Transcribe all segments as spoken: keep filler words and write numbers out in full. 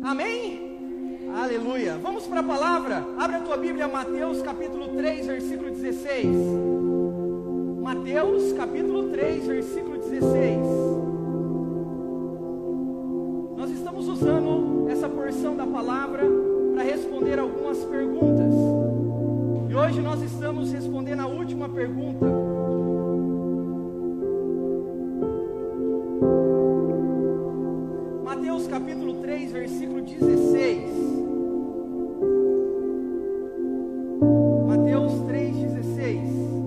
Amém? Aleluia. Vamos para a palavra. Abre a tua Bíblia, Mateus capítulo três, versículo dezesseis. Mateus capítulo três, versículo dezesseis. Nós estamos usando essa porção da palavra para responder algumas perguntas. E hoje nós estamos respondendo a última pergunta. Mateus capítulo três, versículo dezesseis. Mateus três, dezesseis.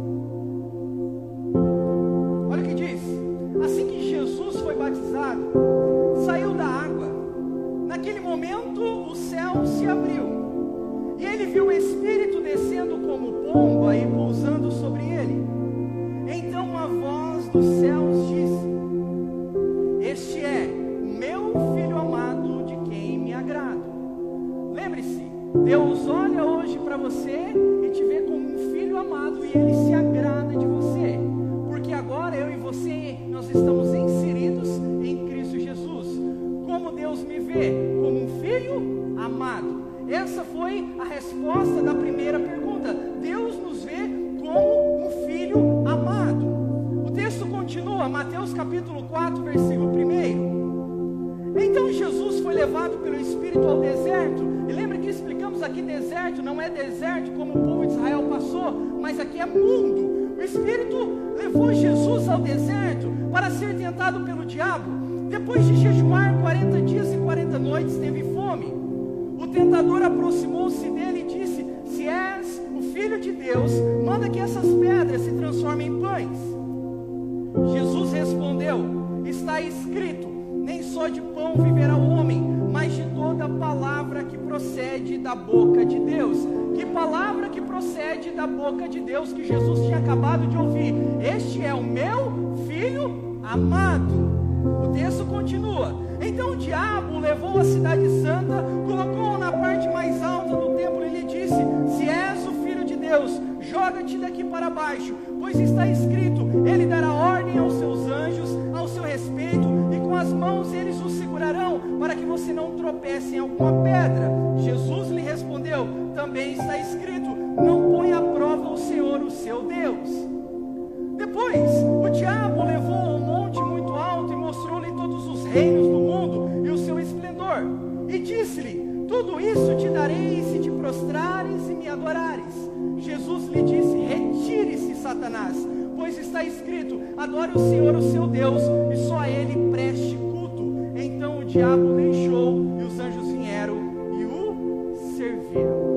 Olha o que diz. Assim que Jesus foi batizado, saiu da água. Naquele momento o céu se abriu, e ele viu o Espírito descendo como pomba e pousando sobre ele. Então uma voz dos céus disse: Este é meu Filho amado, de quem me agrado. Lembre-se, Deus olha hoje para você e te vê como um filho amado, e Ele se agrada de você, porque agora eu e você, nós estamos inseridos em Cristo Jesus. Como Deus me vê? Como um filho amado. Essa foi a resposta da primeira pergunta. Deus nos vê como um filho amado. O texto continua, Mateus capítulo quatro, versículo um. Então Jesus foi levado pelo Espírito ao deserto. E lembra que explicamos aqui, deserto não é deserto como o povo de Israel passou, mas aqui é mundo. O Espírito levou Jesus ao deserto para ser tentado pelo diabo. Depois de jejuar quarenta dias e quarenta noites, teve fome. O tentador aproximou-se dele e disse: Se és o Filho de Deus, manda que essas pedras se transformem em pães. Jesus respondeu: Está escrito, nem só de pão viverá o homem, mas de toda palavra que procede da boca de Deus. Que palavra que procede da boca de Deus que Jesus tinha acabado de ouvir? Este é o meu Filho amado. O texto continua. Então o diabo o levou à cidade santa, colocou-o na parte mais alta do templo e lhe disse: Se és o Filho de Deus, joga-te daqui para baixo, pois está escrito: Ele dará ordem aos seus anjos ao seu respeito, e com as mãos eles o segurarão, para que você não tropece em alguma pedra. Jesus lhe respondeu: Também está escrito: Não põe à prova o Senhor, o seu Deus. Depois o diabo o levou a um monte muito alto e mostrou-lhe todos os reinos do mundo e o seu esplendor, e disse-lhe: Tudo isso te darei se te prostrares e me adorares. Jesus lhe disse: Retire-se, Satanás, pois está escrito: Adore o Senhor, o seu Deus, e só a Ele preste culto. Então o diabo deixou, e os anjos vieram e o serviram.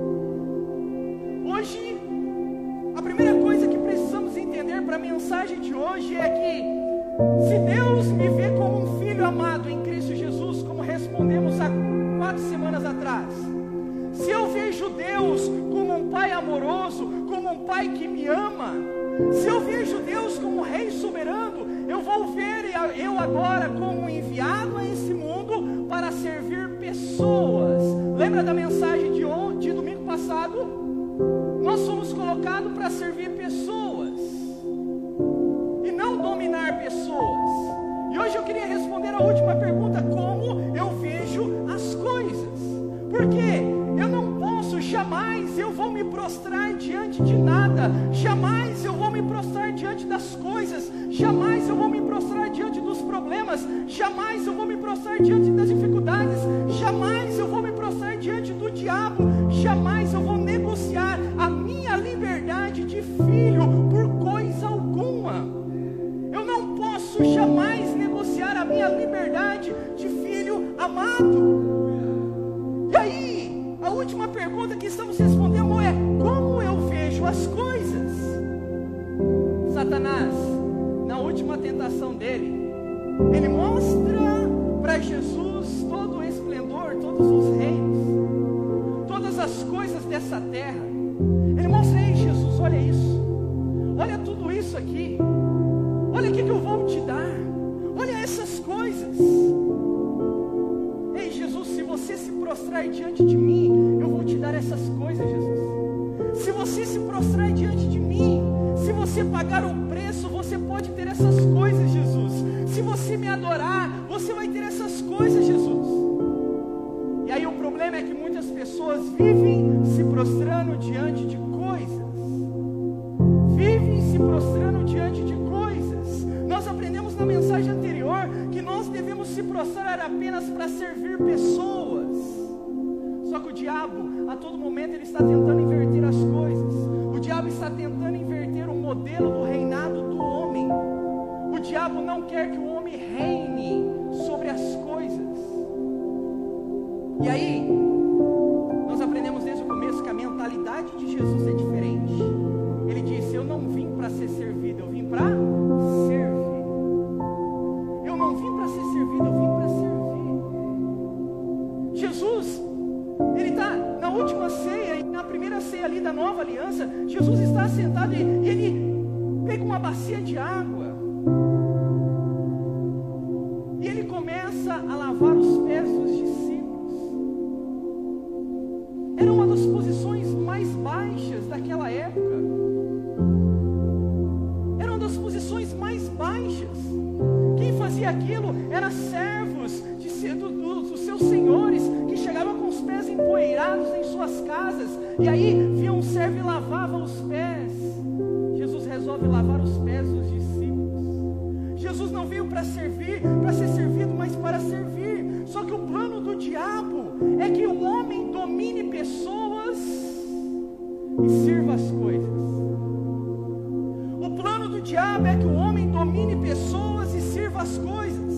Hoje, a primeira coisa que precisamos entender para a mensagem de hoje é que, se Deus me vê como um filho amado em Cristo Jesus, como respondemos há quatro semanas atrás, se eu vejo Deus como um pai amoroso, como um pai que me ama, se eu vejo Deus como um rei soberano, eu vou ver eu agora como enviado a esse mundo para servir pessoas. Lembra da mensagem de ontem, de domingo passado? Nós somos colocados para servir pessoas e não dominar pessoas. E hoje eu queria responder a última pergunta: como eu vejo as coisas? Porque eu não posso, jamais eu vou me prostrar diante de nada, jamais eu vou me prostrar diante das coisas, jamais eu vou me prostrar diante dos problemas, jamais eu vou me prostrar diante das dificuldades, jamais eu vou me prostrar diante do diabo, jamais eu vou negociar a minha liberdade de filho por coisa alguma. Eu não posso jamais negociar a minha liberdade de filho amado. E aí, a última pergunta que estamos respondendo é: como eu vejo as coisas? Satanás, na última tentação dele, ele mostra para Jesus todo o esplendor, todos os reinos, todas as coisas dessa terra. Ele mostra: Ei Jesus, olha isso, olha tudo isso aqui, olha o que eu vou te dar, olha essas coisas. Ei Jesus, se você se prostrar diante de mim, eu vou te dar essas coisas, Jesus. Se você se prostrar diante de mim, se você pagar o preço, você pode ter essas coisas, Jesus. Se você me adorar, você vai ter essas coisas, Jesus. muitas pessoas vivem se prostrando diante de coisas. Vivem se prostrando diante de coisas. Nós aprendemos na mensagem anterior que nós devemos se prostrar apenas para servir pessoas. Só que o diabo, a todo momento, ele está tentando inverter as coisas. O diabo está tentando inverter o modelo do reinado do homem. O diabo não quer que o homem reine sobre as coisas. E aí, nós aprendemos desde o começo que a mentalidade de Jesus é diferente. Ele disse: eu não vim para ser servido, eu vim para servir. Eu não vim para ser servido, eu vim para servir. Jesus, ele está na última ceia, na primeira ceia ali da nova aliança. Jesus está sentado e, e ele pega uma bacia de água. E ele começa a lavar os pés dos discípulos. Era uma das posições mais baixas daquela época. Era uma das posições mais baixas. Quem fazia aquilo eram servos de, do, do, dos seus senhores, que chegavam com os pés empoeirados em suas casas. E aí via um servo e lavava os pés. Jesus resolve lavar os pés dos discípulos. Jesus não veio para servir, para ser servido, mas para servir. Só que o plano do diabo é que o homem domine pessoas e sirva as coisas. O plano do diabo é que o homem domine pessoas e sirva as coisas.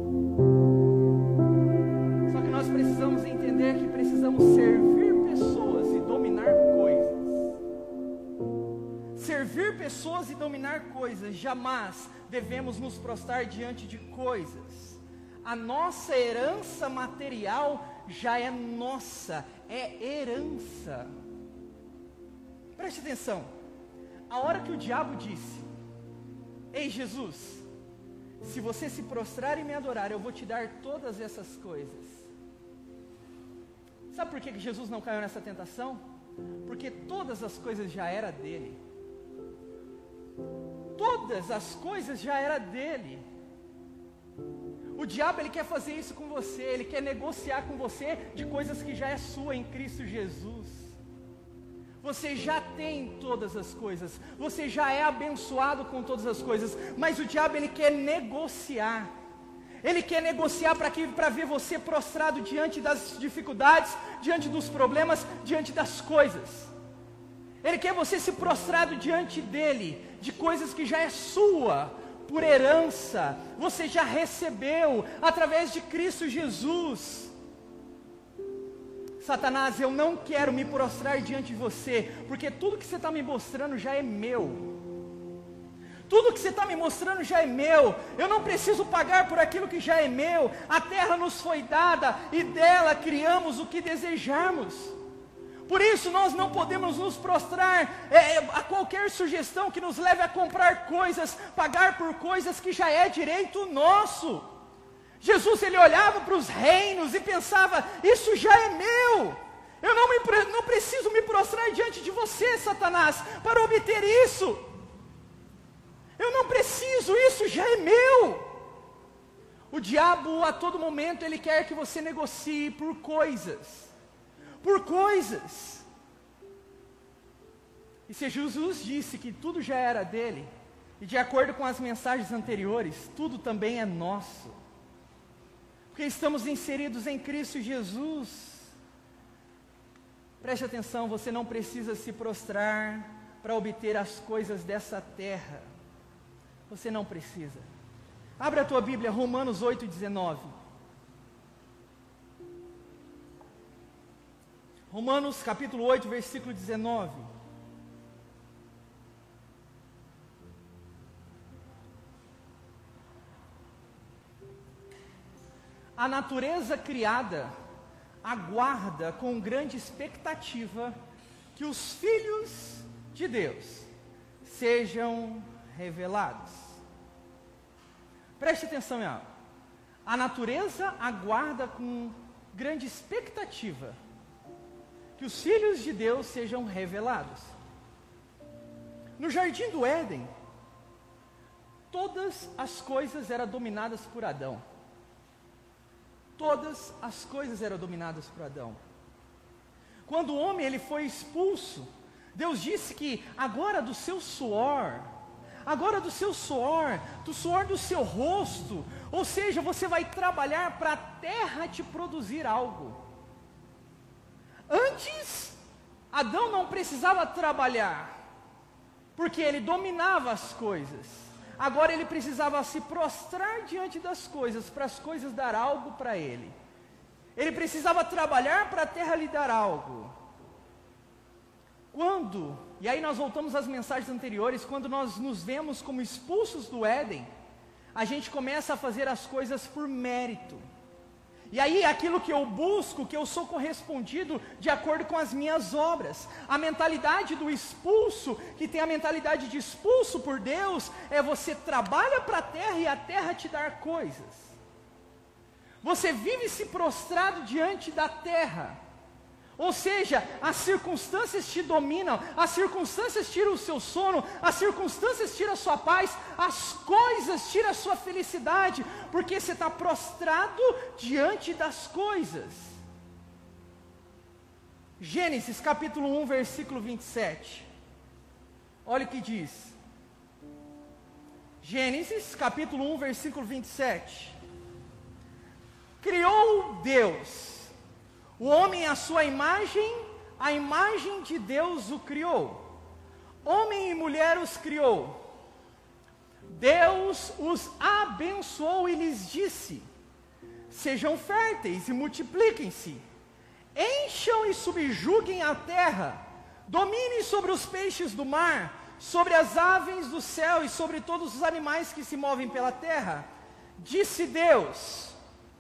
Só que nós precisamos entender que precisamos servir pessoas e dominar coisas. Servir pessoas e dominar coisas. Jamais devemos nos prostrar diante de coisas. A nossa herança material já é nossa, é herança. Preste atenção. A hora que o diabo disse: ei Jesus, se você se prostrar e me adorar, eu vou te dar todas essas coisas. Sabe por que que Jesus não caiu nessa tentação? Porque todas as coisas já eram dele. Todas as coisas já eram dele. O diabo, ele quer fazer isso com você. Ele quer negociar com você de coisas que já é sua em Cristo Jesus. Você já tem todas as coisas. Você já é abençoado com todas as coisas. Mas o diabo, ele quer negociar. Ele quer negociar para que, para ver você prostrado diante das dificuldades, diante dos problemas, diante das coisas. Ele quer você se prostrado diante dele, de coisas que já é sua, por herança. Você já recebeu, através de Cristo Jesus. Satanás, eu não quero me prostrar diante de você, porque tudo que você está me mostrando já é meu. Tudo que você está me mostrando já é meu. Eu não preciso pagar por aquilo que já é meu. A terra nos foi dada e dela criamos o que desejarmos. Por isso nós não podemos nos prostrar é, a qualquer sugestão que nos leve a comprar coisas, pagar por coisas que já é direito nosso. Jesus, ele olhava para os reinos e pensava: isso já é meu. Eu não, me, não preciso me prostrar diante de você, Satanás, para obter isso. Eu não preciso, isso já é meu. O diabo, a todo momento, ele quer que você negocie por coisas. Por coisas. E se Jesus disse que tudo já era dele, e de acordo com as mensagens anteriores, tudo também é nosso, porque estamos inseridos em Cristo Jesus. Preste atenção, você não precisa se prostrar para obter as coisas dessa terra. Você não precisa. Abra a tua Bíblia, Romanos oito, dezenove. Romanos capítulo oito, versículo dezenove. A natureza criada aguarda com grande expectativa que os filhos de Deus sejam revelados. Preste atenção em algo. A natureza aguarda com grande expectativa que os filhos de Deus sejam revelados. No jardim do Éden, todas as coisas eram dominadas por Adão. Todas as coisas eram dominadas por Adão. quando o homem ele foi expulso, Deus disse que agora do seu suor, agora do seu suor, do suor do seu rosto, ou seja, você vai trabalhar para a terra te produzir algo. Antes, Adão não precisava trabalhar, porque ele dominava as coisas. Agora ele precisava se prostrar diante das coisas, para as coisas dar algo para ele. Ele precisava trabalhar para a terra lhe dar algo. Quando, e aí nós voltamos às mensagens anteriores, quando nós nos vemos como expulsos do Éden, a gente começa a fazer as coisas por mérito. E aí aquilo que eu busco, que eu sou correspondido de acordo com as minhas obras. A mentalidade do expulso, que tem a mentalidade de expulso por Deus, é você trabalha para a terra e a terra te dar coisas. Você vive se prostrado diante da terra. Ou seja, as circunstâncias te dominam, as circunstâncias tiram o seu sono, as circunstâncias tiram a sua paz, as coisas tiram a sua felicidade, porque você está prostrado diante das coisas. Gênesis capítulo um, versículo vinte e sete. Olha o que diz. Gênesis capítulo um, versículo vinte e sete. Criou Deus o homem à sua imagem, a imagem de Deus o criou. Homem e mulher os criou. Deus os abençoou e lhes disse: sejam férteis e multipliquem-se, encham e subjuguem a terra, dominem sobre os peixes do mar, sobre as aves do céu e sobre todos os animais que se movem pela terra. Disse Deus: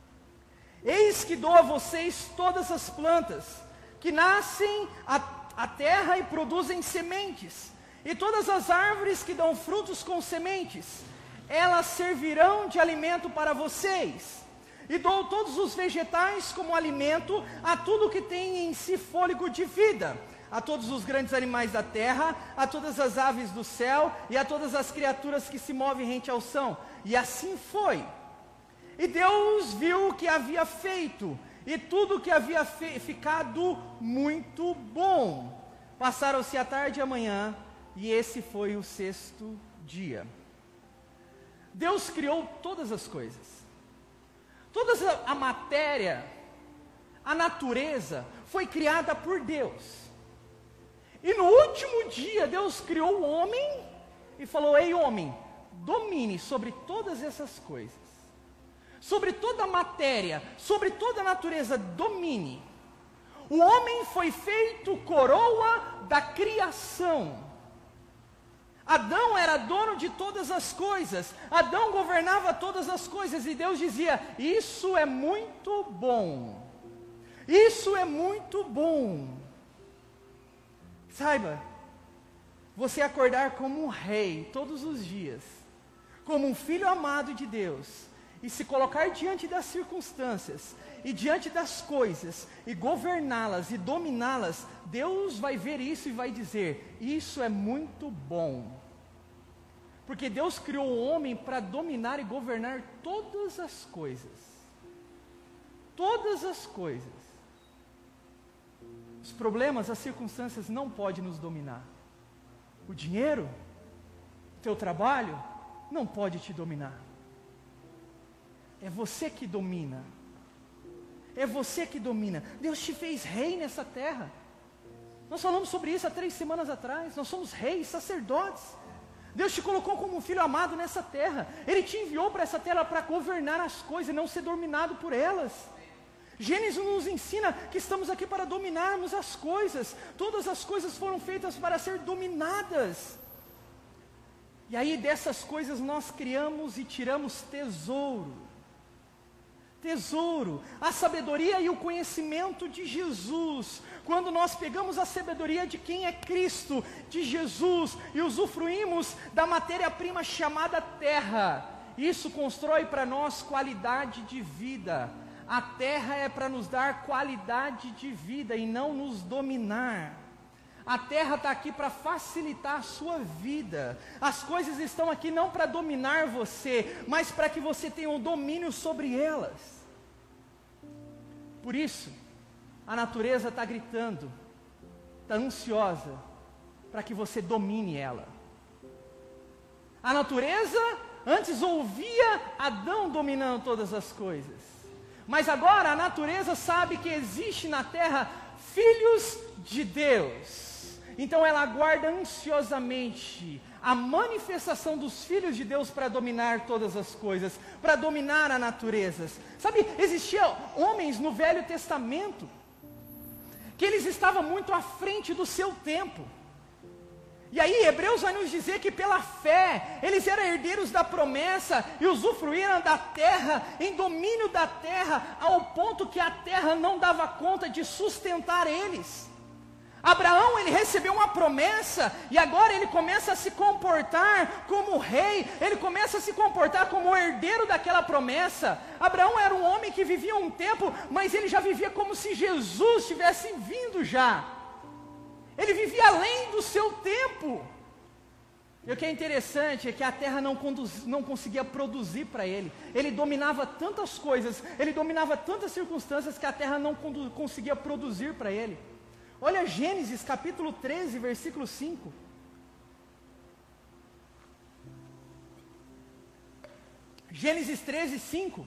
eis que dou a vocês todas as plantas que nascem a, a terra e produzem sementes, e todas as árvores que dão frutos com sementes, elas servirão de alimento para vocês. E dou todos os vegetais como alimento a tudo que tem em si fôlego de vida, a todos os grandes animais da terra, a todas as aves do céu e a todas as criaturas que se movem rente ao chão. E assim foi. E Deus viu o que havia feito, e tudo que havia fe- ficado muito bom. Passaram-se a tarde e a manhã, e esse foi o sexto dia. Deus criou todas as coisas. Toda a matéria, a natureza, foi criada por Deus. E no último dia, Deus criou o homem, e falou: ei homem, domine sobre todas essas coisas. Sobre toda a matéria, sobre toda a natureza, domine. O homem foi feito coroa da criação. Adão era dono de todas as coisas. Adão governava todas as coisas. E Deus dizia: isso é muito bom. Isso é muito bom. Saiba, você acordar como um rei todos os dias, como um filho amado de Deus, e se colocar diante das circunstâncias, e diante das coisas, e governá-las, e dominá-las, Deus vai ver isso e vai dizer: isso é muito bom. Porque Deus criou o homem para dominar e governar todas as coisas. Todas as coisas. Os problemas, as circunstâncias não podem nos dominar. O dinheiro, teu trabalho, não pode te dominar. É você que domina. É você que domina. Deus te fez rei nessa terra. Nós falamos sobre isso há três semanas atrás. Nós somos reis, sacerdotes. Deus te colocou como um filho amado nessa terra. Ele te enviou para essa terra para governar as coisas e não ser dominado por elas. Gênesis nos ensina que estamos aqui para dominarmos as coisas. Todas as coisas foram feitas para ser dominadas. E aí dessas coisas nós criamos e tiramos tesouro. Tesouro, a sabedoria e o conhecimento de Jesus. Quando nós pegamos a sabedoria de quem é Cristo, de Jesus, e usufruímos da matéria-prima chamada terra, isso constrói para nós qualidade de vida. A terra é para nos dar qualidade de vida e não nos dominar. A terra está aqui para facilitar a sua vida. As coisas estão aqui não para dominar você, mas para que você tenha um domínio sobre elas. Por isso, a natureza está gritando, está ansiosa para que você domine ela. A natureza antes ouvia Adão dominando todas as coisas, mas agora a natureza sabe que existe na terra filhos de Deus. Então ela aguarda ansiosamente a manifestação dos filhos de Deus para dominar todas as coisas, para dominar a natureza. Sabe, existiam homens no Velho Testamento que eles estavam muito à frente do seu tempo. E aí Hebreus vai nos dizer que pela fé, eles eram herdeiros da promessa e usufruíram da terra, em domínio da terra, ao ponto que a terra não dava conta de sustentar eles. Abraão, ele recebeu uma promessa e agora ele começa a se comportar como rei, ele começa a se comportar como herdeiro daquela promessa. Abraão era um homem que vivia um tempo, mas ele já vivia como se Jesus tivesse vindo já. Ele vivia além do seu tempo. E o que é interessante é que a terra não, conduz, não conseguia produzir para ele. Ele dominava tantas coisas, ele dominava tantas circunstâncias que a terra não condu, conseguia produzir para ele. Olha Gênesis capítulo treze, versículo cinco. Gênesis treze, cinco.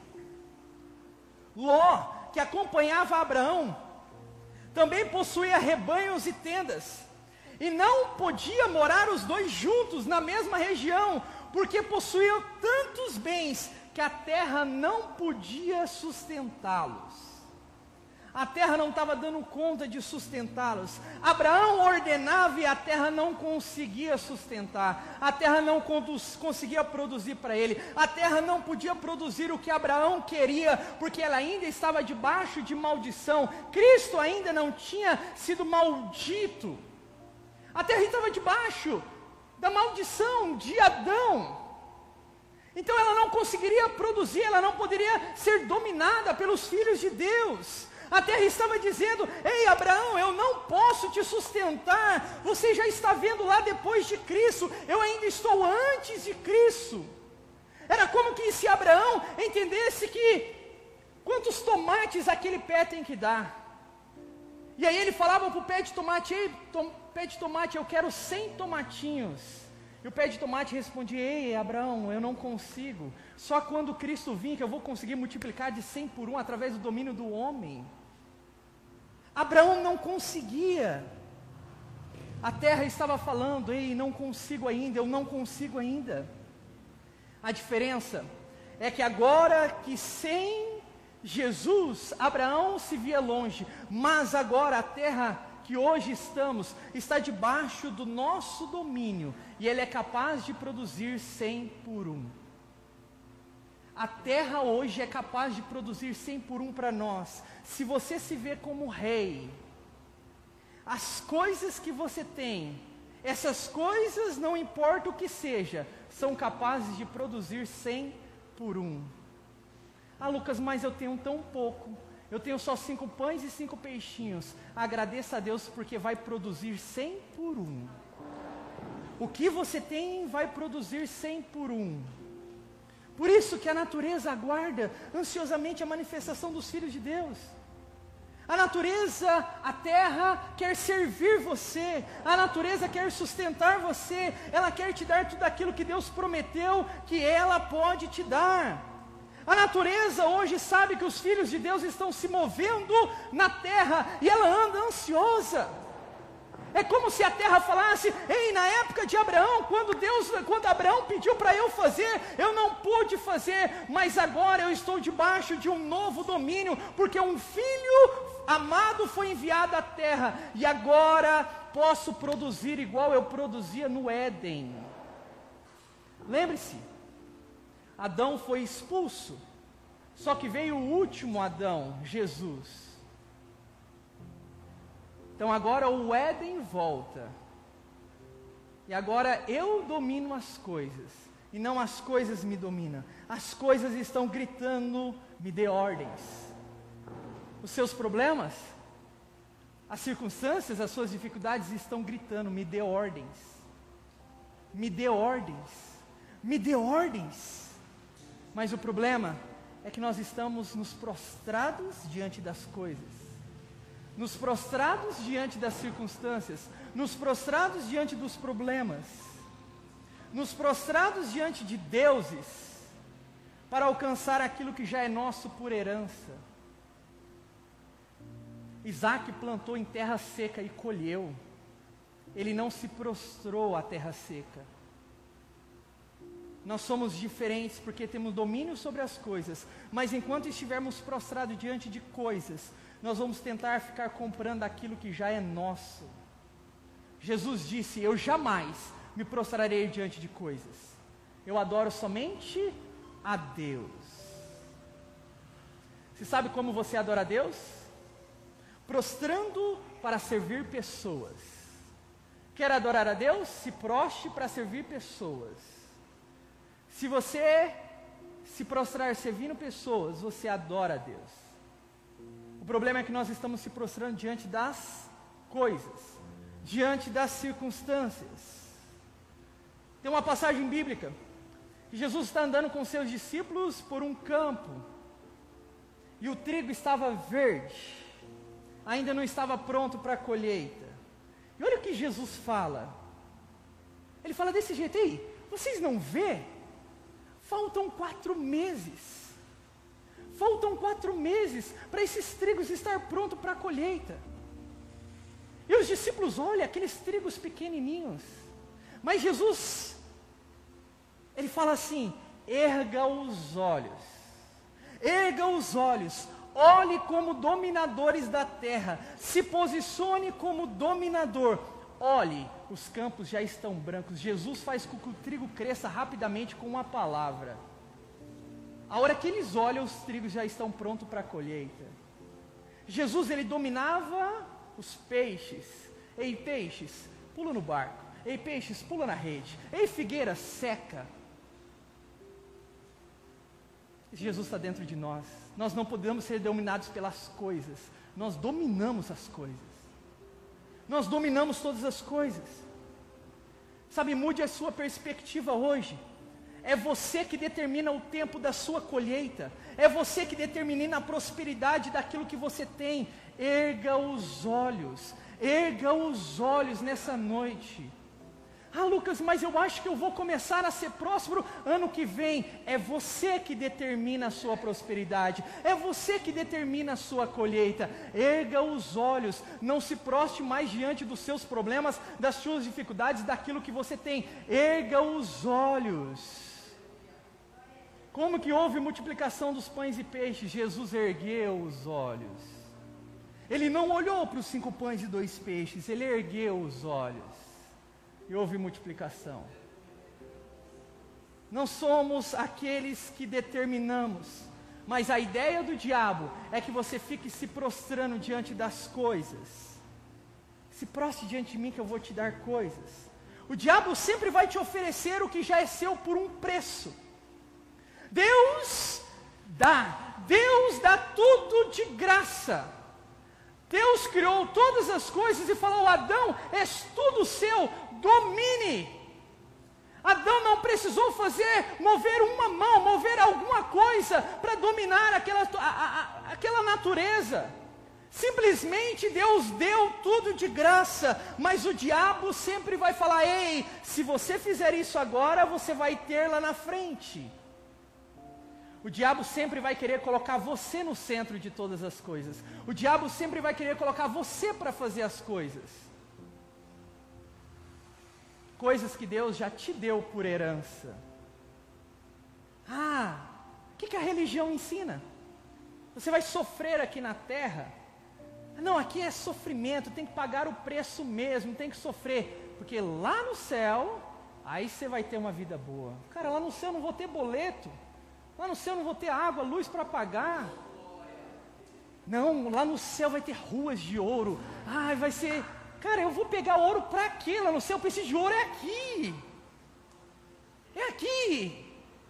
Ló, que acompanhava Abraão, também possuía rebanhos e tendas, e não podia morar os dois juntos na mesma região, porque possuíam tantos bens que a terra não podia sustentá-los. A terra não estava dando conta de sustentá-los. Abraão ordenava e a terra não conseguia sustentar. A terra não conduz, conseguia produzir para ele. A terra não podia produzir o que Abraão queria, porque ela ainda estava debaixo de maldição. Cristo ainda não tinha sido maldito. A terra estava debaixo da maldição de Adão. Então ela não conseguiria produzir, ela não poderia ser dominada pelos filhos de Deus. A terra estava dizendo: ei Abraão, eu não posso te sustentar, você já está vendo lá depois de Cristo, eu ainda estou antes de Cristo. Era como que se Abraão entendesse que quantos tomates aquele pé tem que dar. E aí ele falava para o pé de tomate: ei tom, pé de tomate, eu quero cem tomatinhos. E o pé de tomate respondia: ei Abraão, eu não consigo, só quando Cristo vir que eu vou conseguir multiplicar de cem por um através do domínio do homem. Abraão não conseguia. A terra estava falando: ei, não consigo ainda, eu não consigo ainda. A diferença é que agora que sem Jesus, Abraão se via longe, mas agora a terra que hoje estamos está debaixo do nosso domínio, e ele é capaz de produzir cem por um. A terra hoje é capaz de produzir cem por um para nós. Se você se vê como rei, as coisas que você tem, essas coisas, não importa o que seja, são capazes de produzir cem por um. Ah Lucas, mas eu tenho tão pouco, eu tenho só cinco pães e cinco peixinhos. Agradeça a Deus porque vai produzir cem por um. O que você tem vai produzir cem por um. Por isso que a natureza aguarda ansiosamente a manifestação dos filhos de Deus. A natureza, a terra quer servir você, a natureza quer sustentar você, ela quer te dar tudo aquilo que Deus prometeu que ela pode te dar. A natureza hoje sabe que os filhos de Deus estão se movendo na terra e ela anda ansiosa. É como se a terra falasse: ei, na época de Abraão, quando Deus, quando Abraão pediu para eu fazer, eu não pude fazer, mas agora eu estou debaixo de um novo domínio, porque um filho amado foi enviado à terra, e agora posso produzir igual eu produzia no Éden. Lembre-se, Adão foi expulso, só que veio o último Adão, Jesus. Então agora o Éden volta, e agora eu domino as coisas, e não as coisas me dominam. As coisas estão gritando: me dê ordens. Os seus problemas, as circunstâncias, as suas dificuldades estão gritando: me dê ordens, me dê ordens, me dê ordens. Mas o problema é que nós estamos nos prostrados diante das coisas. nos prostrados diante das circunstâncias, nos prostrados diante dos problemas, nos prostrados diante de deuses, para alcançar aquilo que já é nosso por herança. Isaac plantou em terra seca e colheu. Ele não se prostrou à terra seca. Nós somos diferentes porque temos domínio sobre as coisas, mas enquanto estivermos prostrados diante de coisas, nós vamos tentar ficar comprando aquilo que já é nosso. Jesus disse: eu jamais me prostrarei diante de coisas, eu adoro somente a Deus. Você sabe como você adora a Deus? Prostrando para servir pessoas. Quer adorar a Deus? Se prostre para servir pessoas. Se você se prostrar servindo pessoas, você adora a Deus. O problema é que nós estamos se prostrando diante das coisas, diante das circunstâncias. Tem uma passagem bíblica que Jesus está andando com seus discípulos por um campo, e o trigo estava verde, ainda não estava pronto para a colheita. E olha o que Jesus fala. Ele fala desse jeito: ei, vocês não vê? Faltam quatro meses. Faltam quatro meses para esses trigos estar prontos para a colheita. E os discípulos olham aqueles trigos pequenininhos. Mas Jesus, ele fala assim: erga os olhos. Erga os olhos. Olhe como dominadores da terra. Se posicione como dominador. Olhe, os campos já estão brancos. Jesus faz com que o trigo cresça rapidamente com uma palavra. A hora que eles olham, os trigos já estão prontos para a colheita. Jesus, ele dominava os peixes. Ei, peixes, pula no barco. Ei, peixes, pula na rede. Ei, figueira, seca. Jesus está dentro de nós. Nós não podemos ser dominados pelas coisas. Nós dominamos as coisas. Nós dominamos todas as coisas. Sabe, mude a sua perspectiva hoje. É você que determina o tempo da sua colheita. É você que determina a prosperidade daquilo que você tem. Erga os olhos. Erga os olhos nessa noite. Ah, Lucas, mas eu acho que eu vou começar a ser próspero ano que vem. É você que determina a sua prosperidade. É você que determina a sua colheita. Erga os olhos. Não se prostre mais diante dos seus problemas, das suas dificuldades, daquilo que você tem. Erga os olhos. Como que houve multiplicação dos pães e peixes? Jesus ergueu os olhos. Ele não olhou para os cinco pães e dois peixes. Ele ergueu os olhos. E houve multiplicação. Não somos aqueles que determinamos, mas a ideia do diabo é que você fique se prostrando diante das coisas. Se prostre diante de mim que eu vou te dar coisas. O diabo sempre vai te oferecer o que já é seu por um preço. Deus dá, Deus dá tudo de graça. Deus criou todas as coisas e falou: Adão, és tudo seu, domine. Adão não precisou fazer, mover uma mão, mover alguma coisa para dominar aquela, a, a, aquela natureza. Simplesmente Deus deu tudo de graça, mas o diabo sempre vai falar: ei, se você fizer isso agora, você vai ter lá na frente. O diabo sempre vai querer colocar você no centro de todas as coisas. O diabo sempre vai querer colocar você para fazer as coisas. Coisas que Deus já te deu por herança. Ah, o que, que a religião ensina? Você vai sofrer aqui na terra. Não, aqui é sofrimento, tem que pagar o preço mesmo, tem que sofrer. Porque lá no céu, aí você vai ter uma vida boa. Cara, lá no céu eu não vou ter boleto. Lá no céu eu não vou ter água, luz para pagar. Não, lá no céu vai ter ruas de ouro. Ai, vai ser... Cara, eu vou pegar ouro para quê? Lá no céu eu preciso de ouro, é aqui. É aqui.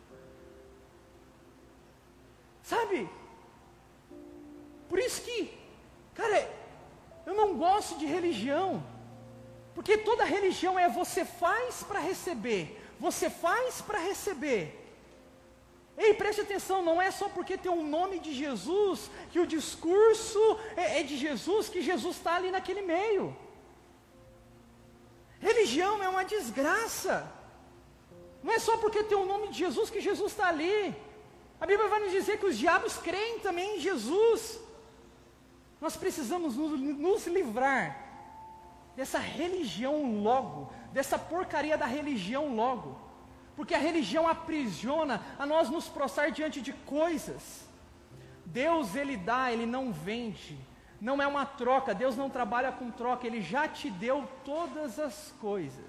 Sabe? Por isso que, cara, eu não gosto de religião. Porque toda religião é você faz para receber. Você faz para receber. Ei, preste atenção, não é só porque tem o nome de Jesus, que o discurso é, é de Jesus, que Jesus está ali naquele meio. Religião é uma desgraça. Não é só porque tem o nome de Jesus que Jesus está ali. A Bíblia vai nos dizer que os diabos creem também em Jesus. Nós precisamos nos, nos livrar dessa religião logo, dessa porcaria da religião logo. Porque a religião aprisiona a nós nos prostrar diante de coisas. Deus, Ele dá, Ele não vende. Não é uma troca, Deus não trabalha com troca, Ele já te deu todas as coisas.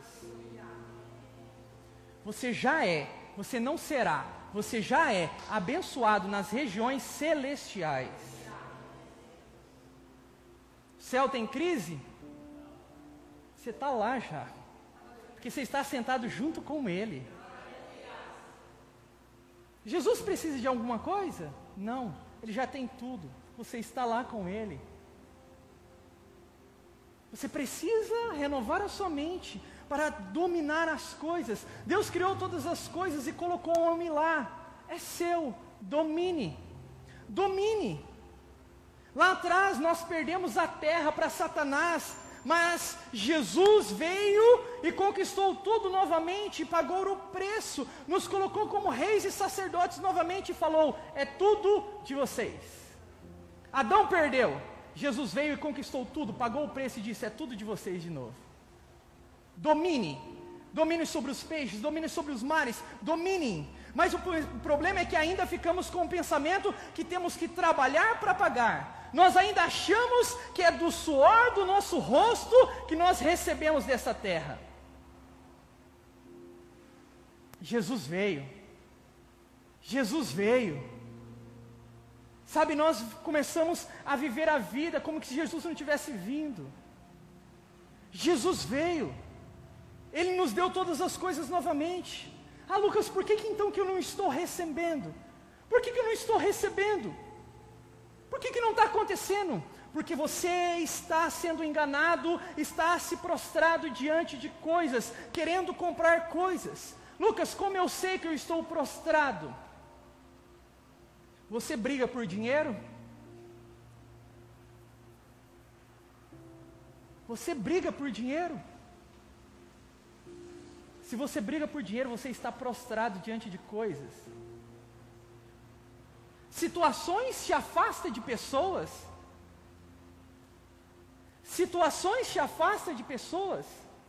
Você já é, você não será, você já é abençoado nas regiões celestiais. O céu tem crise? Você está lá já, porque você está sentado junto com Ele. Jesus precisa de alguma coisa? Não, Ele já tem tudo, você está lá com Ele. Você precisa renovar a sua mente para dominar as coisas. Deus criou todas as coisas e colocou o homem lá. É seu, domine, domine. Lá atrás nós perdemos a terra para Satanás, mas Jesus veio e conquistou tudo novamente, pagou o preço, nos colocou como reis e sacerdotes novamente e falou, é tudo de vocês. Adão perdeu, Jesus veio e conquistou tudo, pagou o preço e disse, é tudo de vocês de novo. Domine, domine sobre os peixes, domine sobre os mares, domine. Mas o, o problema é que ainda ficamos com o pensamento que temos que trabalhar para pagar. Nós ainda achamos que é do suor do nosso rosto que nós recebemos dessa terra. Jesus veio. Jesus veio. Sabe, nós começamos a viver a vida como se Jesus não tivesse vindo. Jesus veio. Ele nos deu todas as coisas novamente. Ah, Lucas, por que, que então que eu não estou recebendo? Por que, que eu não estou recebendo? Por que, que não está acontecendo? Porque você está sendo enganado, está se prostrado diante de coisas, querendo comprar coisas. Lucas, como eu sei que eu estou prostrado? Você briga por dinheiro? Você briga por dinheiro? Se você briga por dinheiro, você está prostrado diante de coisas. Situações te afastam de pessoas. Situações te afastam de pessoas.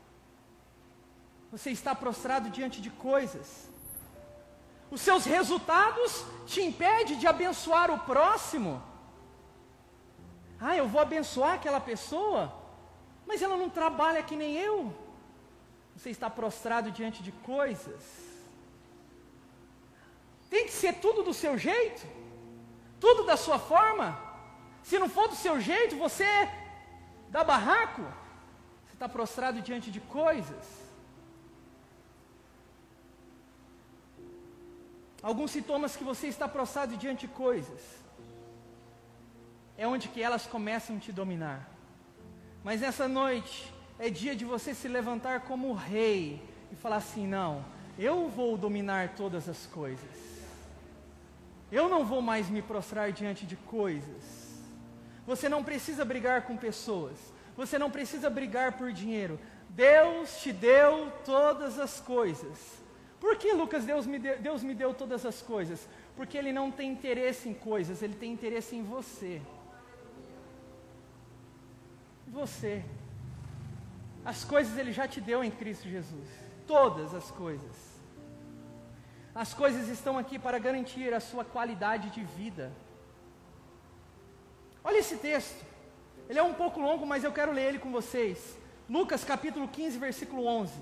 Você está prostrado diante de coisas. Os seus resultados te impedem de abençoar o próximo. Ah, eu vou abençoar aquela pessoa, mas ela não trabalha que nem eu. Você está prostrado diante de coisas. Tem que ser tudo do seu jeito, tudo da sua forma. Se não for do seu jeito, você dá barraco. Você está prostrado diante de coisas. Alguns sintomas que você está prostrado diante de coisas, é onde que elas começam a te dominar. Mas nessa noite, é dia de você se levantar como rei e falar assim, não, eu vou dominar todas as coisas. Eu não vou mais me prostrar diante de coisas. Você não precisa brigar com pessoas. Você não precisa brigar por dinheiro. Deus te deu todas as coisas. Por que, Lucas, Deus me deu, Deus me deu todas as coisas? Porque Ele não tem interesse em coisas, Ele tem interesse em você. Você. As coisas Ele já te deu em Cristo Jesus. Todas as coisas. As coisas estão aqui para garantir a sua qualidade de vida. Olha esse texto. Ele é um pouco longo, mas eu quero ler ele com vocês. Lucas capítulo quinze, versículo onze.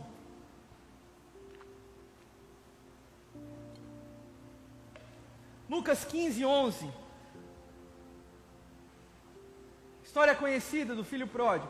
Lucas quinze, onze. História conhecida do filho pródigo.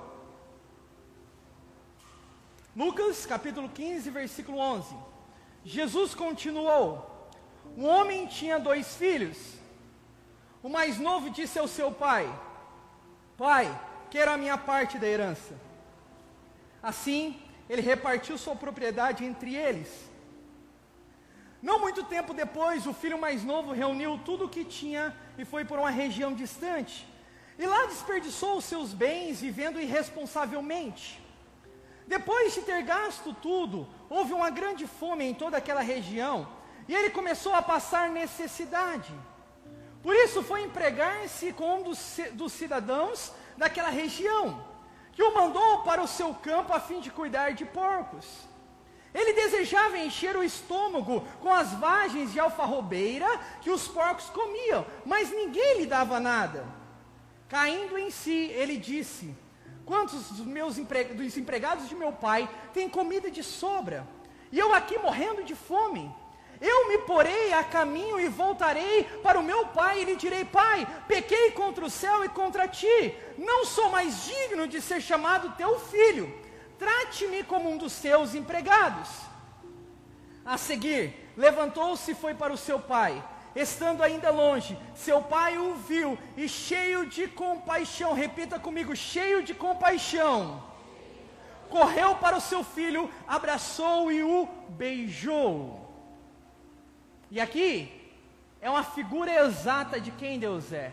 Lucas capítulo quinze, versículo onze. Jesus continuou: um homem tinha dois filhos. O mais novo disse ao seu pai: Pai, quero a minha parte da herança. Assim, ele repartiu sua propriedade entre eles. Não muito tempo depois, o filho mais novo reuniu tudo o que tinha e foi para uma região distante. E lá desperdiçou os seus bens vivendo irresponsavelmente. Depois de ter gasto tudo, houve uma grande fome em toda aquela região e ele começou a passar necessidade. Por isso foi empregar-se com um dos, dos cidadãos daquela região, que o mandou para o seu campo a fim de cuidar de porcos. Ele desejava encher o estômago com as vagens de alfarrobeira que os porcos comiam, mas ninguém lhe dava nada. Caindo em si, ele disse: quantos dos meus empre... dos empregados de meu pai têm comida de sobra, e eu aqui morrendo de fome? Eu me porei a caminho e voltarei para o meu pai e lhe direi: pai, pequei contra o céu e contra ti, não sou mais digno de ser chamado teu filho, trate-me como um dos teus empregados. A seguir, levantou-se e foi para o seu pai. Estando ainda longe, seu pai o viu e cheio de compaixão, repita comigo, cheio de compaixão, correu para o seu filho, abraçou e o beijou. E aqui é uma figura exata de quem Deus é.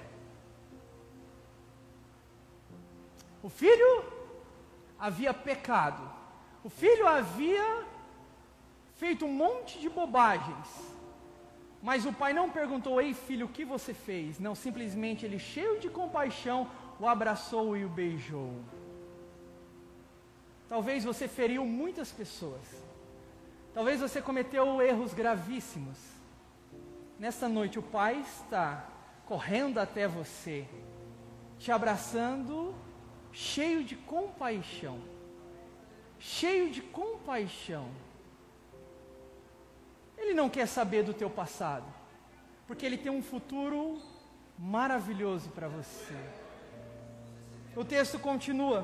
O filho havia pecado, o filho havia feito um monte de bobagens, mas o pai não perguntou: ei filho, o que você fez? Não, simplesmente ele, cheio de compaixão, o abraçou e o beijou. Talvez você feriu muitas pessoas, talvez você cometeu erros gravíssimos. Nesta noite o pai está correndo até você, te abraçando, cheio de compaixão, cheio de compaixão. Ele não quer saber do teu passado, porque ele tem um futuro maravilhoso para você. O texto continua.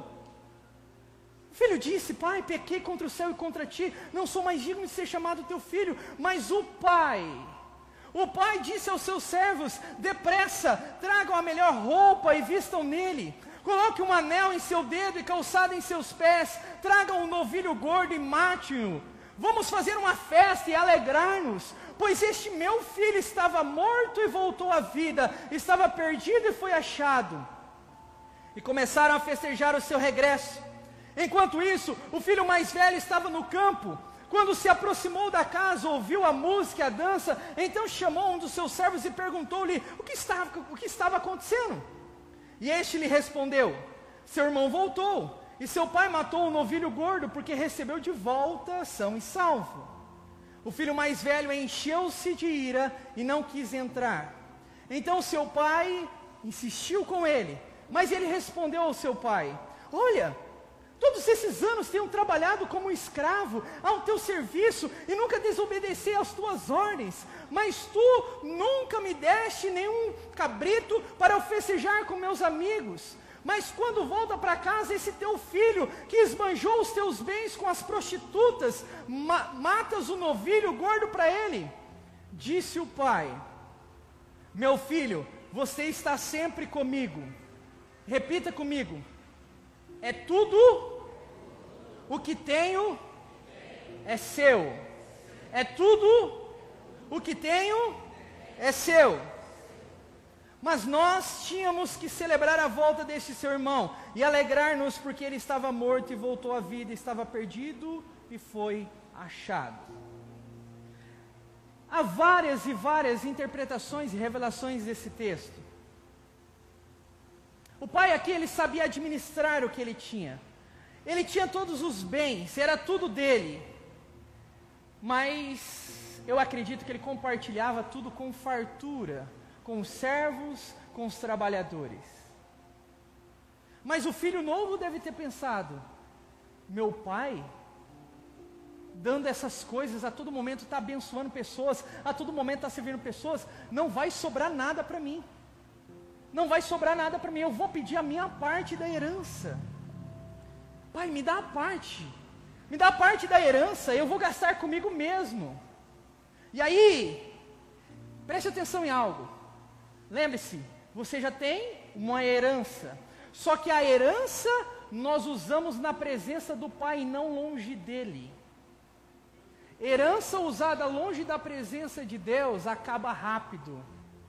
O filho disse: pai, pequei contra o céu e contra ti, não sou mais digno de ser chamado teu filho. Mas o pai, o pai disse aos seus servos: depressa, tragam a melhor roupa e vistam nele. Coloque um anel em seu dedo e calçado em seus pés. Tragam um novilho gordo e mate-o. Vamos fazer uma festa e alegrar-nos, pois este meu filho estava morto e voltou à vida, estava perdido e foi achado. E começaram a festejar o seu regresso. Enquanto isso, o filho mais velho estava no campo. Quando se aproximou da casa, ouviu a música e a dança, então chamou um dos seus servos e perguntou-lhe o que estava, o que estava acontecendo. E este lhe respondeu: seu irmão voltou, e seu pai matou um novilho gordo, porque recebeu de volta são e salvo. O filho mais velho encheu-se de ira e não quis entrar. Então seu pai insistiu com ele, mas ele respondeu ao seu pai: olha, todos esses anos tenho trabalhado como escravo ao teu serviço e nunca desobedeci às tuas ordens, mas tu nunca me deste nenhum cabrito para eu festejar com meus amigos. Mas quando volta para casa esse teu filho, que esbanjou os teus bens com as prostitutas, ma matas o novilho gordo para ele. Disse o pai: meu filho, você está sempre comigo. Repita comigo: é tudo o que tenho é seu. É tudo o que tenho é seu. Mas nós tínhamos que celebrar a volta deste seu irmão e alegrar-nos, porque ele estava morto e voltou à vida, estava perdido e foi achado. Há várias e várias interpretações e revelações desse texto. O pai aqui, ele sabia administrar o que ele tinha. Ele tinha todos os bens, era tudo dele. Mas eu acredito que ele compartilhava tudo com fartura, com os servos, com os trabalhadores. Mas o filho novo deve ter pensado: meu pai, dando essas coisas, a todo momento está abençoando pessoas, a todo momento está servindo pessoas, não vai sobrar nada para mim. Não vai sobrar nada para mim, eu vou pedir a minha parte da herança. Pai, me dá a parte, me dá a parte da herança, eu vou gastar comigo mesmo. E aí, preste atenção em algo. Lembre-se, você já tem uma herança, só que a herança nós usamos na presença do Pai e não longe dele. Herança usada longe da presença de Deus acaba rápido.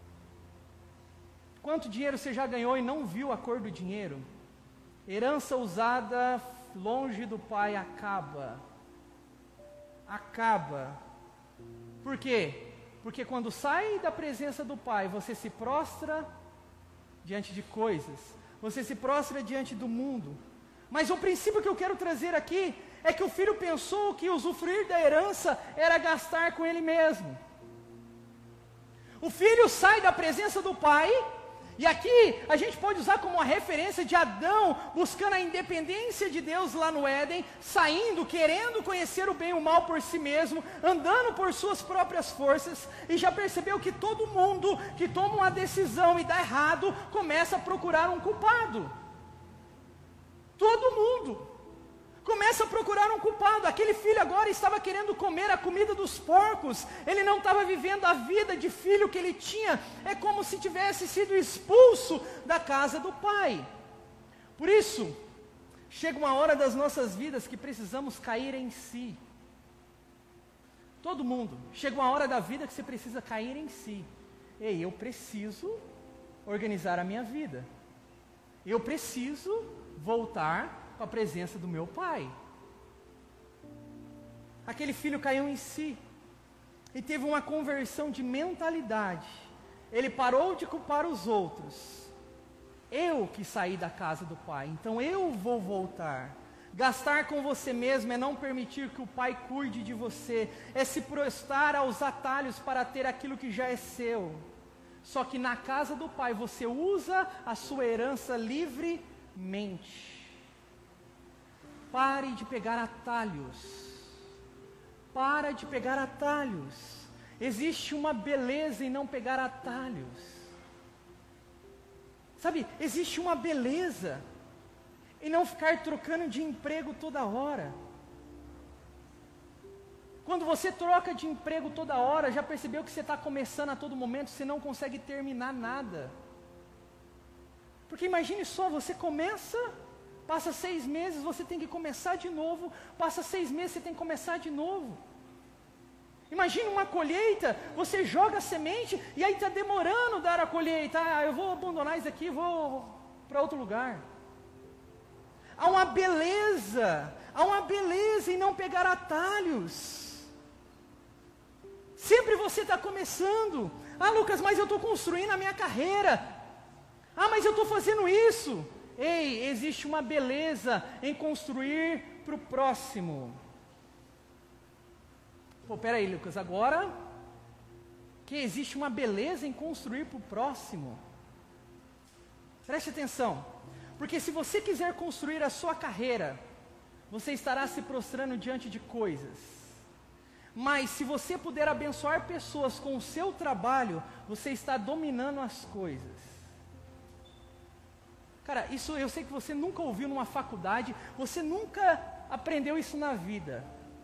Quanto dinheiro você já ganhou e não viu a cor do dinheiro? Herança usada longe do Pai acaba. Acaba. Por quê? Porque quando sai da presença do Pai, você se prostra diante de coisas. Você se prostra diante do mundo. Mas o princípio que eu quero trazer aqui é que o filho pensou que usufruir da herança era gastar com ele mesmo. O filho sai da presença do pai, e aqui a gente pode usar como uma referência de Adão buscando a independência de Deus lá no Éden, saindo, querendo conhecer o bem e o mal por si mesmo, andando por suas próprias forças, e já percebeu que todo mundo que toma uma decisão e dá errado, começa a procurar um culpado. Todo mundo começa a procurar um culpado. Aquele filho agora estava querendo comer a comida dos porcos. Ele não estava vivendo a vida de filho que ele tinha. É como se tivesse sido expulso da casa do pai. Por isso, chega uma hora das nossas vidas que precisamos cair em si. Todo mundo. Chega uma hora da vida que você precisa cair em si. Ei, eu preciso organizar a minha vida. Eu preciso voltar com a presença do meu pai. Aquele filho caiu em si e teve uma conversão de mentalidade. Ele parou de culpar os outros. Eu que saí da casa do pai, então eu vou voltar. Gastar com você mesmo é não permitir que o pai cuide de você, é se prostrar aos atalhos para ter aquilo que já é seu. Só que na casa do pai você usa a sua herança livremente. Pare de pegar atalhos. Para de pegar atalhos. Existe uma beleza em não pegar atalhos. Sabe, existe uma beleza em não ficar trocando de emprego toda hora. Quando você troca de emprego toda hora, já percebeu que você está começando a todo momento, você não consegue terminar nada. Porque imagine só, você começa... Passa seis meses, você tem que começar de novo. Passa seis meses, você tem que começar de novo. Imagina uma colheita, você joga a semente e aí está demorando dar a colheita. Ah, eu vou abandonar isso aqui e vou para outro lugar. Há uma beleza, há uma beleza em não pegar atalhos. Sempre você está começando. Ah, Lucas, mas eu estou construindo a minha carreira. Ah, mas eu estou fazendo isso. Ei, existe uma beleza em construir para o próximo. Pô, peraí, Lucas, agora que existe uma beleza em construir para o próximo. Preste atenção, porque se você quiser construir a sua carreira, você estará se prostrando diante de coisas. Mas se você puder abençoar pessoas com o seu trabalho, você está dominando as coisas. Cara, isso eu sei que você nunca ouviu numa faculdade, você nunca aprendeu isso na vida.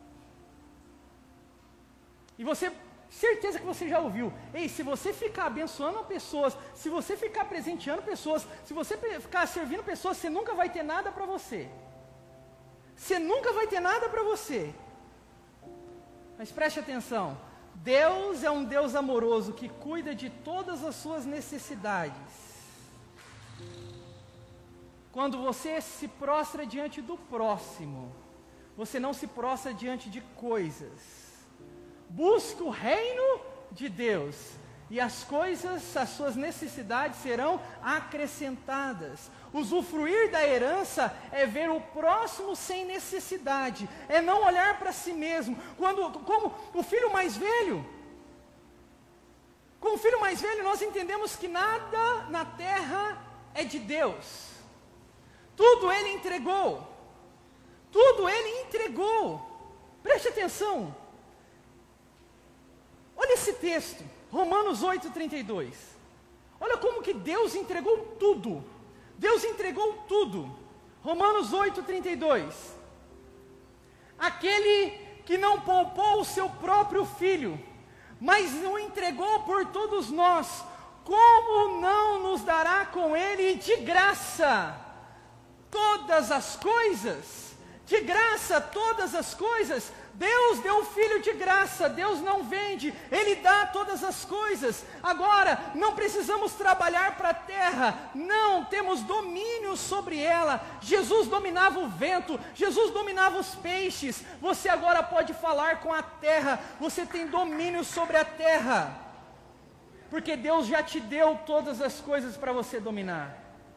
E você, certeza que você já ouviu. Ei, se você ficar abençoando pessoas, se você ficar presenteando pessoas, se você ficar servindo pessoas, você nunca vai ter nada para você. Você nunca vai ter nada para você. Mas preste atenção, Deus é um Deus amoroso que cuida de todas as suas necessidades. Quando você se prostra diante do próximo, você não se prostra diante de coisas. Busque o reino de Deus, e as coisas, as suas necessidades serão acrescentadas. Usufruir da herança é ver o próximo sem necessidade, é não olhar para si mesmo. Quando, como o filho mais velho, com o filho mais velho nós entendemos que nada na terra é de Deus. Tudo ele entregou. Tudo ele entregou. Preste atenção. Olha esse texto, Romanos oito, trinta e dois. Olha como que Deus entregou tudo. Deus entregou tudo. Romanos oito, trinta e dois. Aquele que não poupou o seu próprio filho, mas o entregou por todos nós, como não nos dará com ele de graça todas as coisas? De graça todas as coisas. Deus deu o Filho de graça, Deus não vende, Ele dá todas as coisas. Agora, não precisamos trabalhar para a terra, não, temos domínio sobre ela. Jesus dominava o vento, Jesus dominava os peixes. Você agora pode falar com a terra, você tem domínio sobre a terra, porque Deus já te deu todas as coisas para você dominar.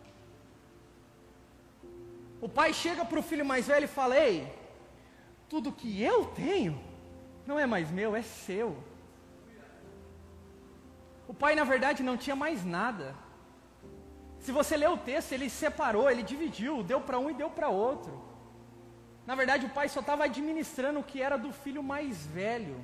O pai chega para o filho mais velho e fala: ei, tudo que eu tenho não é mais meu, é seu. O pai na verdade não tinha mais nada. Se você ler o texto, ele separou, ele dividiu, deu para um e deu para outro. Na verdade o pai só estava administrando o que era do filho mais velho.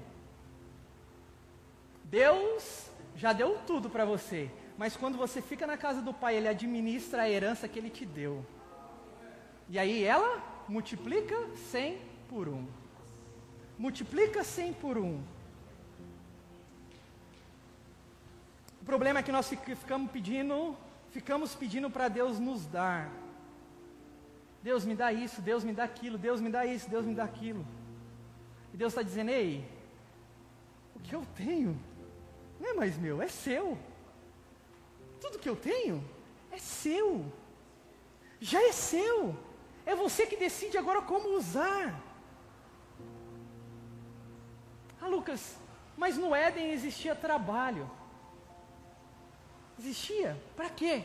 Deus já deu tudo para você, mas quando você fica na casa do pai, ele administra a herança que ele te deu. E aí ela multiplica cem por um. Multiplica cem por um. O problema é que nós ficamos pedindo, ficamos pedindo para Deus nos dar. Deus me dá isso, Deus me dá aquilo, Deus me dá isso, Deus me dá aquilo. E Deus está dizendo: ei, o que eu tenho não é mais meu, é seu. Tudo que eu tenho é seu. Já é seu. É você que decide agora como usar. Ah, Lucas, mas no Éden existia trabalho. Existia? Para quê?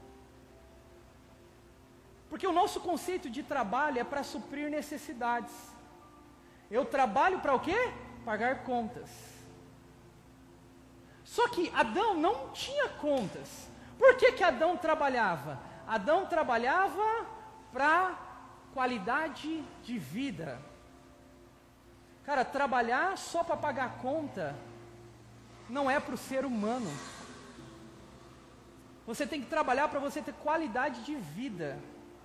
Porque o nosso conceito de trabalho é para suprir necessidades. Eu trabalho para o quê? Pagar contas. Só que Adão não tinha contas. Por que que Adão trabalhava? Adão trabalhava para qualidade de vida. Cara, trabalhar só para pagar conta não é para o ser humano. Você tem que trabalhar para você ter qualidade de vida.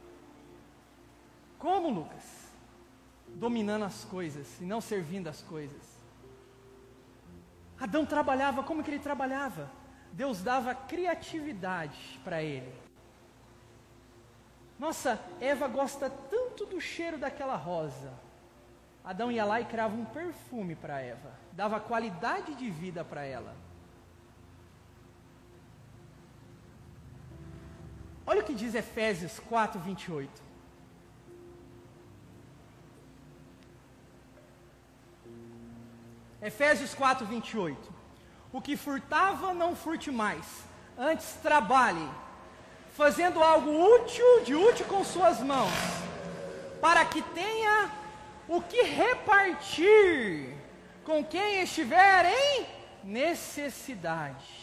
Como, Lucas? Dominando as coisas e não servindo as coisas. Adão trabalhava, como que ele trabalhava? Deus dava criatividade para ele. Nossa, Eva gosta tanto do cheiro daquela rosa. Adão ia lá e criava um perfume para Eva, dava qualidade de vida para ela. Olha o que diz Efésios quatro, vinte e oito. Efésios quatro, vinte e oito. O que furtava, não furte mais, antes trabalhe, fazendo algo útil, de útil com suas mãos, para que tenha o que repartir com quem estiver em necessidade.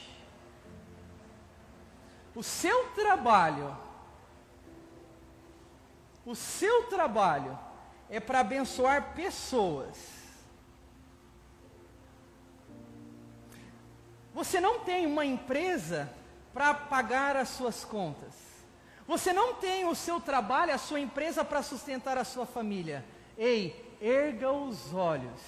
O seu trabalho, o seu trabalho é para abençoar pessoas. Você não tem uma empresa para pagar as suas contas. Você não tem o seu trabalho, a sua empresa para sustentar a sua família. Ei, erga os olhos.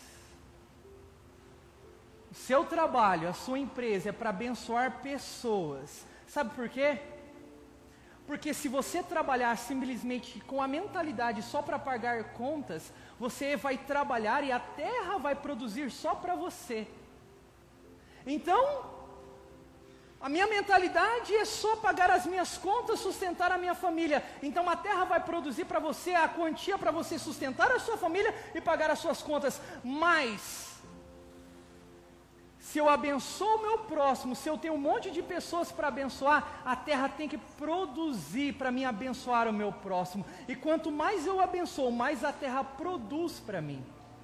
O seu trabalho, a sua empresa é para abençoar pessoas. Sabe por quê? Porque se você trabalhar simplesmente com a mentalidade só para pagar contas, você vai trabalhar e a terra vai produzir só para você. Então, a minha mentalidade é só pagar as minhas contas, sustentar a minha família. Então a terra vai produzir para você a quantia para você sustentar a sua família e pagar as suas contas. Mas, se eu abençoo o meu próximo, se eu tenho um monte de pessoas para abençoar, a terra tem que produzir para mim abençoar o meu próximo. E quanto mais eu abençoo, mais a terra produz para mim.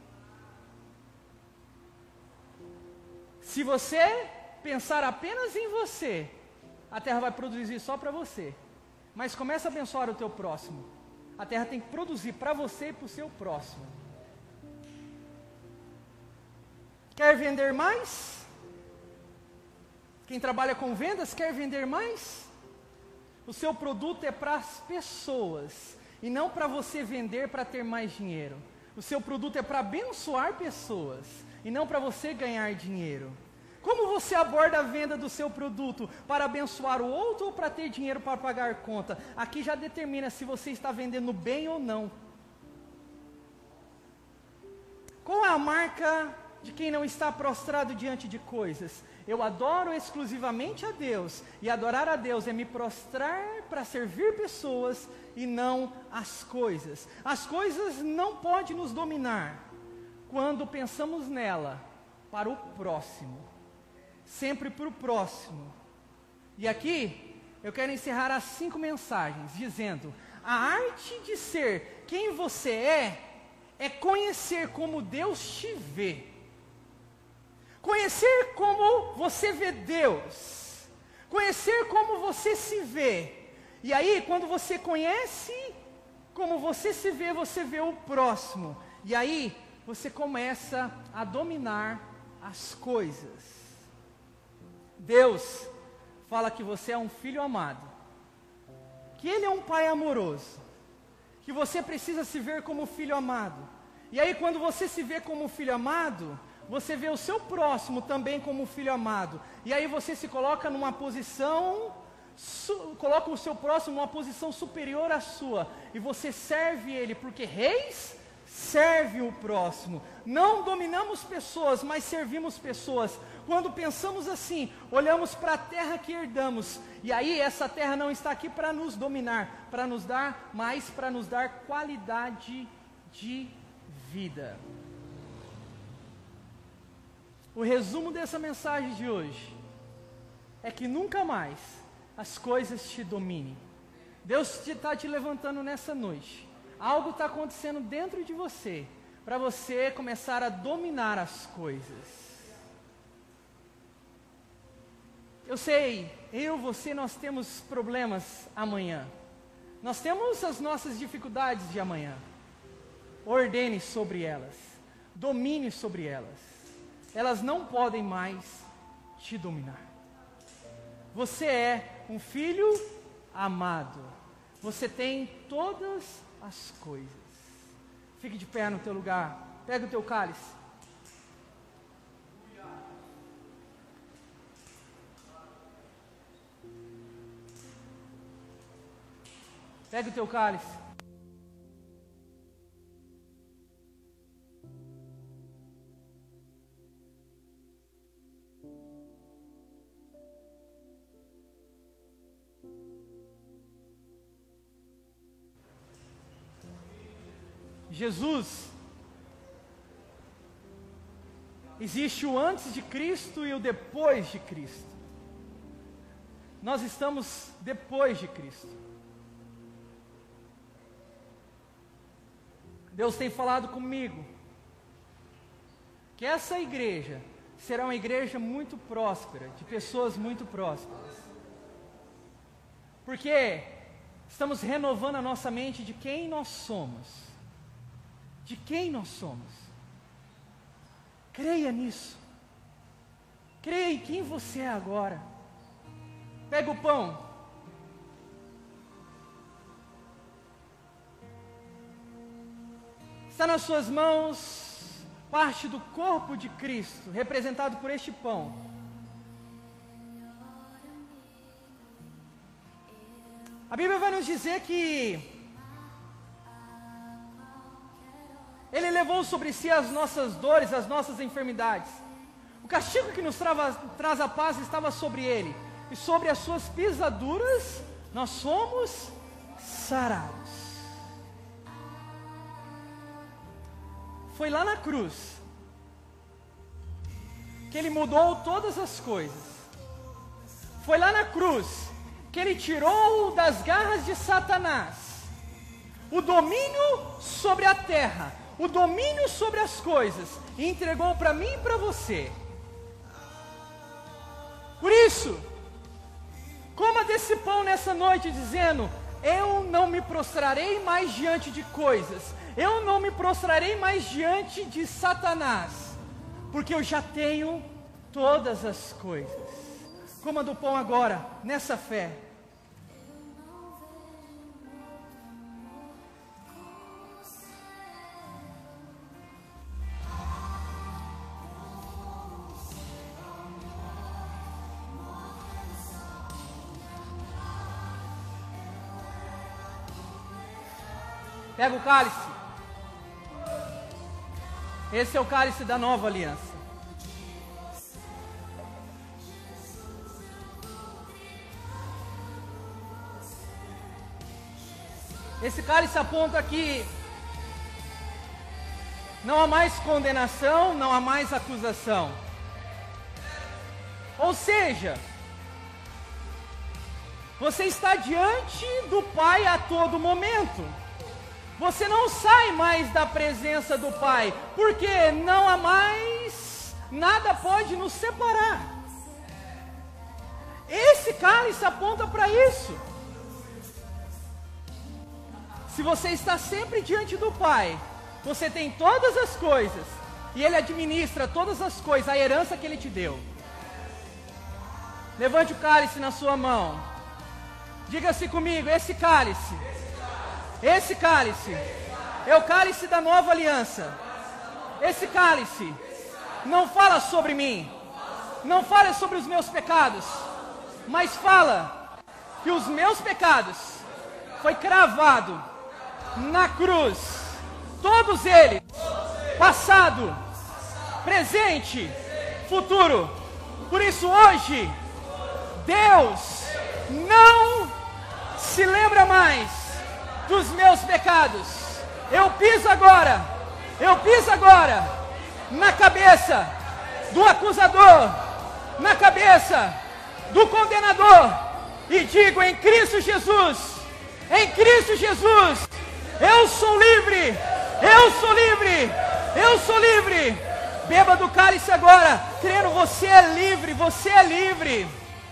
Se você pensar apenas em você, a terra vai produzir só para você. Mas começa a abençoar o teu próximo. A terra tem que produzir para você e para o seu próximo. Quer vender mais? Quem trabalha com vendas quer vender mais? O seu produto é para as pessoas e não para você vender para ter mais dinheiro. O seu produto é para abençoar pessoas e não para você ganhar dinheiro. Como você aborda a venda do seu produto? Para abençoar o outro ou para ter dinheiro para pagar conta? Aqui já determina se você está vendendo bem ou não. Qual é a marca de quem não está prostrado diante de coisas? Eu adoro exclusivamente a Deus, e adorar a Deus é me prostrar para servir pessoas e não as coisas. As coisas não podem nos dominar quando pensamos nela para o próximo, sempre para o próximo. E aqui eu quero encerrar as cinco mensagens dizendo: a arte de ser quem você é, é conhecer como Deus te vê. Conhecer como você vê Deus. Conhecer como você se vê. E aí, quando você conhece como você se vê, você vê o próximo. E aí, você começa a dominar as coisas. Deus fala que você é um filho amado. Que Ele é um pai amoroso. Que você precisa se ver como filho amado. E aí, quando você se vê como filho amado, você vê o seu próximo também como filho amado. E aí você se coloca numa posição, su, coloca o seu próximo numa posição superior à sua. E você serve ele, porque reis servem o próximo. Não dominamos pessoas, mas servimos pessoas. Quando pensamos assim, olhamos para a terra que herdamos. E aí essa terra não está aqui para nos dominar, para nos dar, mas para nos dar qualidade de vida. O resumo dessa mensagem de hoje é que nunca mais as coisas te dominem. Deus está te, te levantando nessa noite. Algo está acontecendo dentro de você, para você começar a dominar as coisas. Eu sei, eu, você, nós temos problemas amanhã. Nós temos as nossas dificuldades de amanhã. Ordene sobre elas. Domine sobre elas. Elas não podem mais te dominar. Você é um filho amado. Você tem todas as coisas. Fique de pé no teu lugar. Pega o teu cálice. Pega o teu cálice. Jesus, existe o antes de Cristo e o depois de Cristo. Nós estamos depois de Cristo. Deus tem falado comigo que essa igreja será uma igreja muito próspera, de pessoas muito prósperas. Porque estamos renovando a nossa mente de quem nós somos. De quem nós somos. Creia nisso. Creia em quem você é agora. Pega o pão. Está nas suas mãos parte do corpo de Cristo, representado por este pão. A Bíblia vai nos dizer que Ele levou sobre si as nossas dores, as nossas enfermidades. O castigo que nos trava, traz a paz estava sobre Ele. E sobre as suas pisaduras, nós somos sarados. Foi lá na cruz que Ele mudou todas as coisas. Foi lá na cruz que Ele tirou das garras de Satanás o domínio sobre a terra, o domínio sobre as coisas, e entregou para mim e para você. Por isso, coma desse pão nessa noite dizendo: eu não me prostrarei mais diante de coisas, eu não me prostrarei mais diante de Satanás, porque eu já tenho todas as coisas. Coma do pão agora, nessa fé. Pega o cálice. Esse é o cálice da nova aliança. Esse cálice aponta que não há mais condenação, não há mais acusação. Ou seja, você está diante do Pai a todo momento. Você não sai mais da presença do Pai, porque não há mais, nada pode nos separar. Esse cálice aponta para isso. Se você está sempre diante do Pai, você tem todas as coisas, e Ele administra todas as coisas, a herança que Ele te deu. Levante o cálice na sua mão. Diga-se comigo, esse cálice, esse cálice, é o cálice da nova aliança. Esse cálice não fala sobre mim, não fala sobre os meus pecados, mas fala que os meus pecados foi cravado na cruz, todos eles, passado, presente, futuro. Por isso hoje, Deus não se lembra mais dos meus pecados. Eu piso agora, eu piso agora na cabeça do acusador, na cabeça do condenador, e digo: em Cristo Jesus, em Cristo Jesus, eu sou livre, eu sou livre, eu sou livre. Beba do cálice agora, crendo, você é livre, você é livre.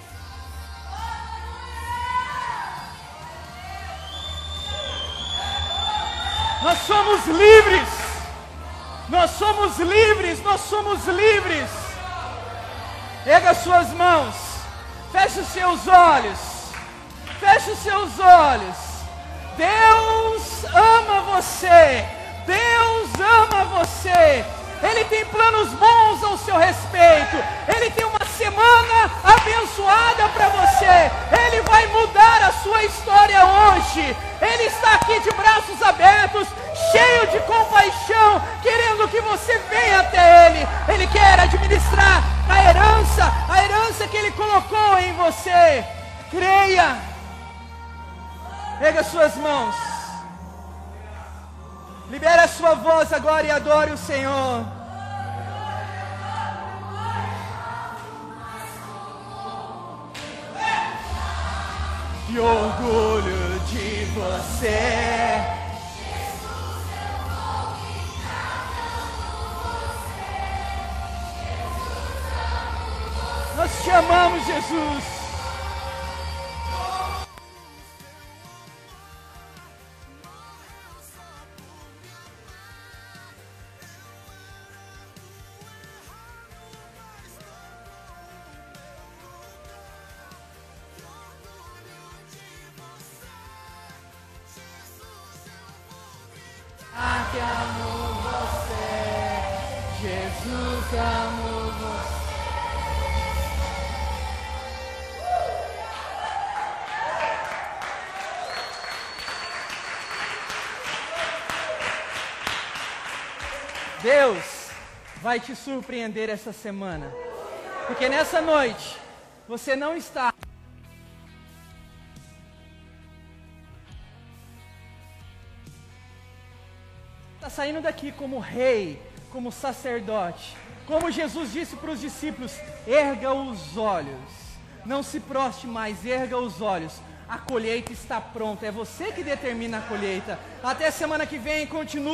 Nós somos livres, nós somos livres, nós somos livres. Erga suas mãos, feche os seus olhos, feche os seus olhos. Deus ama você, Deus ama você. Ele tem planos bons ao seu respeito. Ele tem uma semana abençoada para você. Ele vai mudar a sua história hoje. Ele está aqui de braços abertos, cheio de compaixão, querendo que você venha até Ele. Ele quer administrar a herança, a herança que Ele colocou em você. Creia. Pega suas mãos. Libera a sua voz agora e adore o Senhor. Que orgulho de você. Nós te amamos, Jesus. Ah, que amo você, Jesus, amo você. Deus vai te surpreender essa semana, porque nessa noite você não está está saindo daqui como rei, como sacerdote. Como Jesus disse para os discípulos: erga os olhos, não se proste mais, erga os olhos. A colheita está pronta, é você que determina a colheita. Até semana que vem, continue.